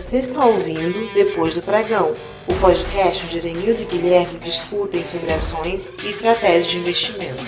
Você está ouvindo Depois do Pregão, o podcast onde Erenildo e Guilherme discutem sobre ações e estratégias de investimento.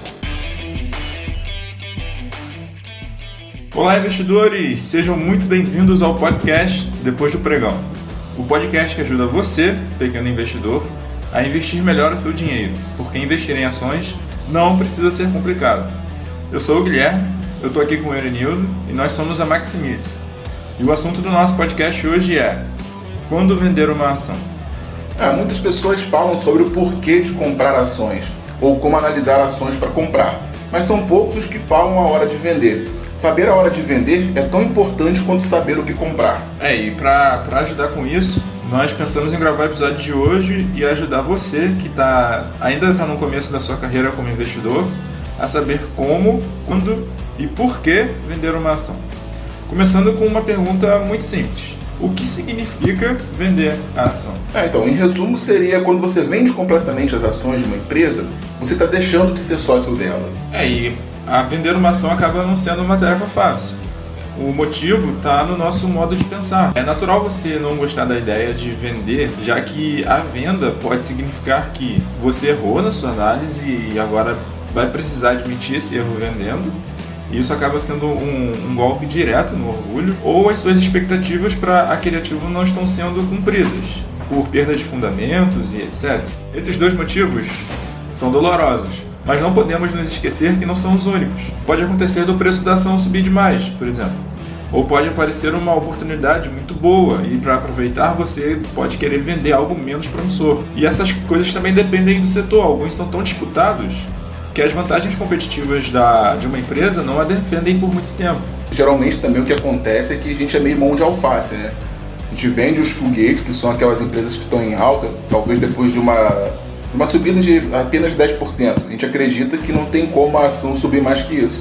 Olá, investidores! Sejam muito bem-vindos ao podcast Depois do Pregão, o podcast que ajuda você, pequeno investidor, a investir melhor o seu dinheiro, porque investir em ações não precisa ser complicado. Eu sou o Guilherme, eu estou aqui com o Erenildo e nós somos a Maximize. E o assunto do nosso podcast hoje é: quando vender uma ação? Muitas pessoas falam sobre o porquê de comprar ações ou como analisar ações para comprar, mas são poucos os que falam a hora de vender. Saber a hora de vender é tão importante quanto saber o que comprar. E para ajudar com isso, nós pensamos em gravar o episódio de hoje e ajudar você que ainda está no começo da sua carreira como investidor a saber como, quando e por que vender uma ação. Começando com uma pergunta muito simples: o que significa vender a ação? Então, em resumo, seria quando você vende completamente as ações de uma empresa, você está deixando de ser sócio dela. E vender uma ação acaba não sendo uma tarefa fácil. O motivo está no nosso modo de pensar. É natural você não gostar da ideia de vender, já que a venda pode significar que você errou na sua análise e agora vai precisar admitir esse erro vendendo. E isso acaba sendo um golpe direto no orgulho, ou as suas expectativas para aquele ativo não estão sendo cumpridas, por perda de fundamentos e etc. Esses dois motivos são dolorosos, mas não podemos nos esquecer que não são os únicos. Pode acontecer do preço da ação subir demais, por exemplo. Ou pode aparecer uma oportunidade muito boa e para aproveitar você pode querer vender algo menos promissor. E essas coisas também dependem do setor. Alguns são tão disputados que as vantagens competitivas de uma empresa não a defendem por muito tempo. Geralmente também o que acontece é que a gente é meio mão de alface, né? A gente vende os foguetes, que são aquelas empresas que estão em alta, talvez depois de uma subida de apenas 10%. A gente acredita que não tem como a ação subir mais que isso.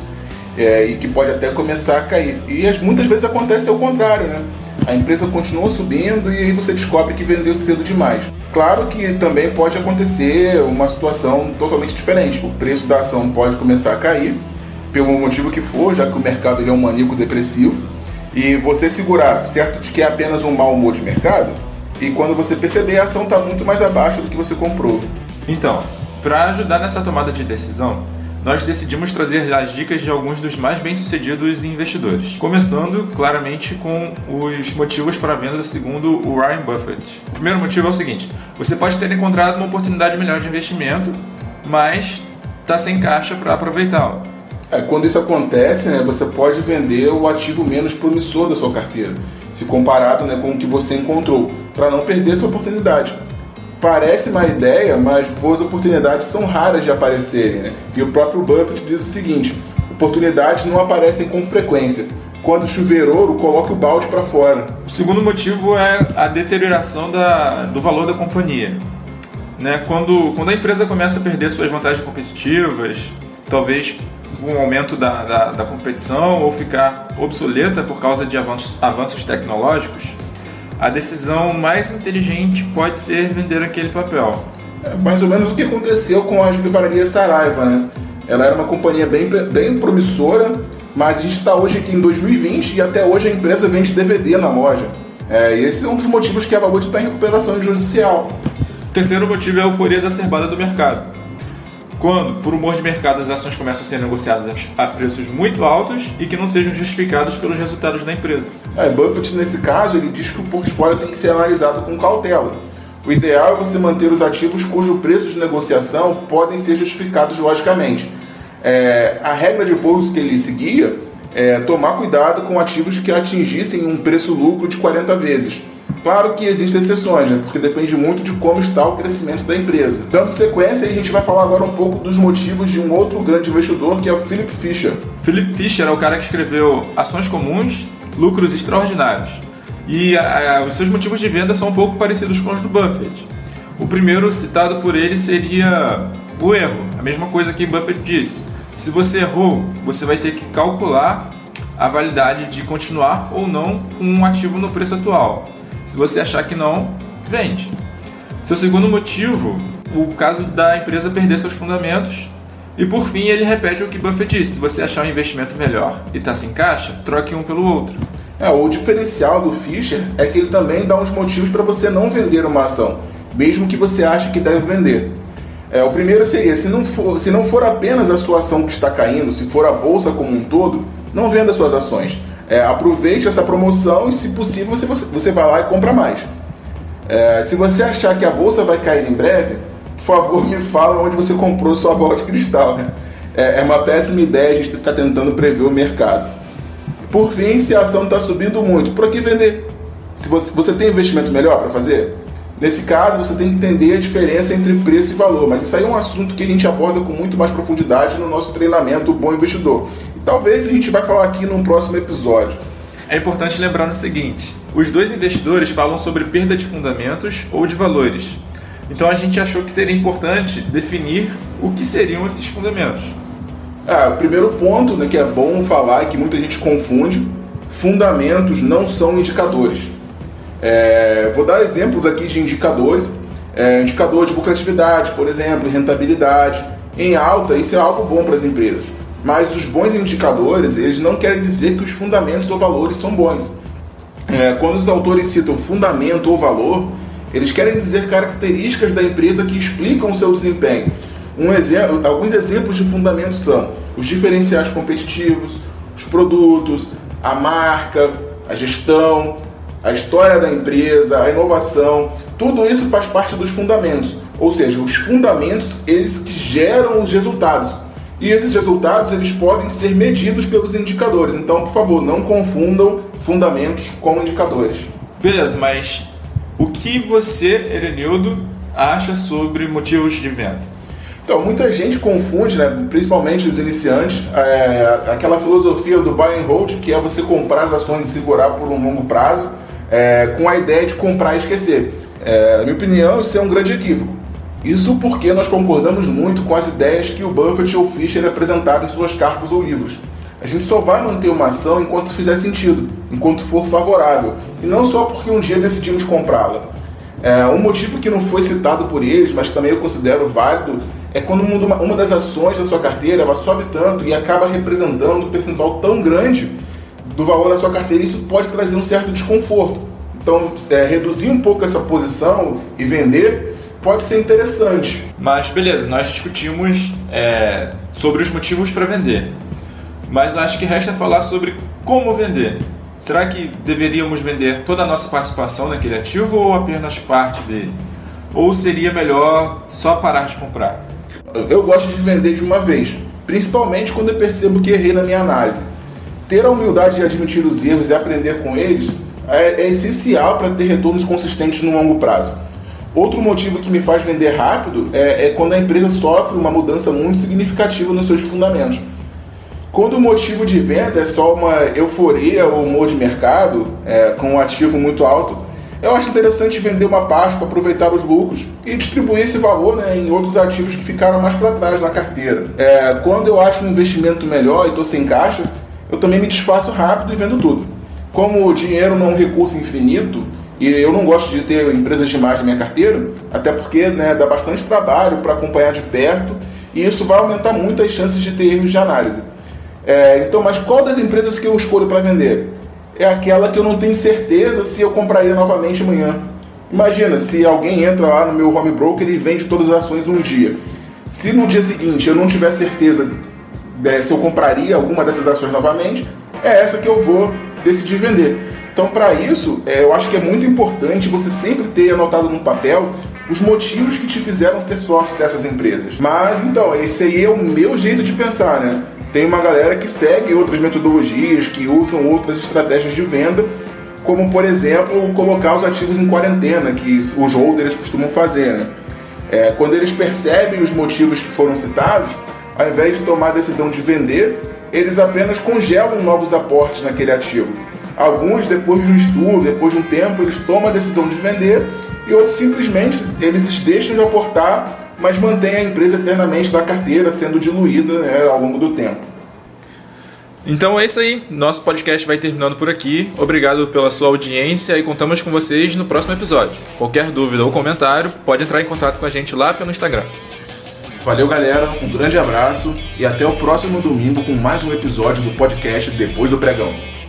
E que pode até começar a cair. E muitas vezes acontece ao contrário, né? A empresa continua subindo e aí você descobre que vendeu cedo demais. Claro que também pode acontecer uma situação totalmente diferente. O preço da ação pode começar a cair, pelo motivo que for, já que o mercado ele é um maníaco depressivo, e você segurar, certo de que é apenas um mau humor de mercado, e quando você perceber, a ação está muito mais abaixo do que você comprou. Então, para ajudar nessa tomada de decisão, nós decidimos trazer as dicas de alguns dos mais bem-sucedidos investidores. Começando, claramente, com os motivos para a venda segundo o Warren Buffett. O primeiro motivo é o seguinte: você pode ter encontrado uma oportunidade melhor de investimento, mas está sem caixa para aproveitá-la. Quando isso acontece, você pode vender o ativo menos promissor da sua carteira, se comparado com o que você encontrou, para não perder essa oportunidade. Parece uma ideia, mas boas oportunidades são raras de aparecerem, E o próprio Buffett diz o seguinte: oportunidades não aparecem com frequência. Quando chover ouro, coloque o balde para fora. O segundo motivo é a deterioração do valor da companhia. Quando a empresa começa a perder suas vantagens competitivas, talvez com o aumento da competição ou ficar obsoleta por causa de avanços tecnológicos, a decisão mais inteligente pode ser vender aquele papel. Mais ou menos o que aconteceu com a livraria Saraiva, Ela era uma companhia bem promissora, mas a gente está hoje aqui em 2020 e até hoje a empresa vende DVD na loja. E esse é um dos motivos que a Balut está em recuperação judicial. O terceiro motivo é a euforia exacerbada do mercado. Quando, por humor de mercado, as ações começam a ser negociadas a preços muito altos e que não sejam justificados pelos resultados da empresa. Buffett, nesse caso, ele diz que o portfólio tem que ser analisado com cautela. O ideal é você manter os ativos cujo preço de negociação podem ser justificados logicamente. A regra de pouso que ele seguia é tomar cuidado com ativos que atingissem um preço-lucro de 40 vezes. Claro que existem exceções, porque depende muito de como está o crescimento da empresa. Dando sequência, a gente vai falar agora um pouco dos motivos de um outro grande investidor, que é o Philip Fisher. Philip Fisher é o cara que escreveu Ações Comuns, Lucros Extraordinários. E os seus motivos de venda são um pouco parecidos com os do Buffett. O primeiro citado por ele seria o erro. A mesma coisa que Buffett disse. Se você errou, você vai ter que calcular a validade de continuar ou não com um ativo no preço atual. Se você achar que não, vende. Seu segundo motivo, o caso da empresa perder seus fundamentos. E por fim, ele repete o que Buffett disse: se você achar um investimento melhor e está sem caixa, troque um pelo outro. O diferencial do Fischer é que ele também dá uns motivos para você não vender uma ação, mesmo que você ache que deve vender. O primeiro seria, se não for apenas a sua ação que está caindo, se for a bolsa como um todo, não venda suas ações. Aproveite essa promoção e, se possível, você vai lá e compra mais. Se você achar que a bolsa vai cair em breve, por favor, me fala onde você comprou sua bola de cristal. Né? É uma péssima ideia a gente ficar tentando prever o mercado. Por fim, se a ação está subindo muito, por que vender? Se você tem investimento melhor para fazer? Nesse caso, você tem que entender a diferença entre preço e valor, mas isso aí é um assunto que a gente aborda com muito mais profundidade no nosso treinamento Bom Investidor. E talvez a gente vai falar aqui num próximo episódio. É importante lembrar o seguinte, os dois investidores falam sobre perda de fundamentos ou de valores. Então a gente achou que seria importante definir o que seriam esses fundamentos. O primeiro ponto, né, que é bom falar e que muita gente confunde, fundamentos não são indicadores. Vou dar exemplos aqui de indicadores. Indicador de lucratividade, por exemplo, rentabilidade. Em alta, isso é algo bom para as empresas. Mas os bons indicadores, eles não querem dizer que os fundamentos ou valores são bons. Quando os autores citam fundamento ou valor, eles querem dizer características da empresa que explicam o seu desempenho. Alguns exemplos de fundamentos são os diferenciais competitivos, os produtos, a marca, a gestão, a história da empresa, a inovação. Tudo isso faz parte dos fundamentos. Ou seja, os fundamentos, eles que geram os resultados. E esses resultados, eles podem ser medidos pelos indicadores. Então, por favor, não confundam fundamentos com indicadores. Beleza, mas o que você, Erenildo, acha sobre motivos de venda? Então, muita gente confunde, né, principalmente os iniciantes, aquela filosofia do buy and hold, que é você comprar as ações e segurar por um longo prazo, com a ideia de comprar e esquecer. Na minha opinião, isso é um grande equívoco. Isso porque nós concordamos muito com as ideias que o Buffett ou o Fischer apresentaram em suas cartas ou livros. A gente só vai manter uma ação enquanto fizer sentido, enquanto for favorável, e não só porque um dia decidimos comprá-la. Um motivo que não foi citado por eles, mas também eu considero válido, é quando uma das ações da sua carteira ela sobe tanto e acaba representando um percentual tão grande do valor da sua carteira, isso pode trazer um certo desconforto. Então, reduzir um pouco essa posição e vender pode ser interessante. Mas beleza, nós discutimos sobre os motivos para vender. Mas acho que resta falar sobre como vender. Será que deveríamos vender toda a nossa participação naquele ativo ou apenas parte dele? Ou seria melhor só parar de comprar? Eu gosto de vender de uma vez, principalmente quando eu percebo que errei na minha análise. Ter a humildade de admitir os erros e aprender com eles é essencial para ter retornos consistentes no longo prazo. Outro motivo que me faz vender rápido é quando a empresa sofre uma mudança muito significativa nos seus fundamentos. Quando o motivo de venda é só uma euforia ou humor de mercado, com um ativo muito alto, eu acho interessante vender uma parte para aproveitar os lucros e distribuir esse valor, né, em outros ativos que ficaram mais para trás na carteira. Quando eu acho um investimento melhor e estou sem caixa, eu também me desfaço rápido e vendo tudo. Como o dinheiro não é um recurso infinito, e eu não gosto de ter empresas demais na minha carteira, até porque, né, dá bastante trabalho para acompanhar de perto e isso vai aumentar muito as chances de ter erros de análise. Mas qual das empresas que eu escolho para vender? É aquela que eu não tenho certeza se eu compraria novamente amanhã. Imagina, se alguém entra lá no meu home broker e vende todas as ações num dia. Se no dia seguinte eu não tiver certeza se eu compraria alguma dessas ações novamente, é essa que eu vou decidir vender. Então, para isso, eu acho que é muito importante você sempre ter anotado num papel os motivos que te fizeram ser sócio dessas empresas. Mas, então, esse aí é o meu jeito de pensar, né? Tem uma galera que segue outras metodologias, que usam outras estratégias de venda, como, por exemplo, colocar os ativos em quarentena, que os holders costumam fazer, né? Quando eles percebem os motivos que foram citados, ao invés de tomar a decisão de vender, eles apenas congelam novos aportes naquele ativo. Alguns, depois de um estudo, depois de um tempo, eles tomam a decisão de vender e outros simplesmente eles deixam de aportar, mas mantêm a empresa eternamente na carteira, sendo diluída, né, ao longo do tempo. Então é isso aí, nosso podcast vai terminando por aqui. Obrigado pela sua audiência e contamos com vocês no próximo episódio. Qualquer dúvida ou comentário, pode entrar em contato com a gente lá pelo Instagram. Valeu, galera, um grande abraço e até o próximo domingo com mais um episódio do podcast Depois do Pregão.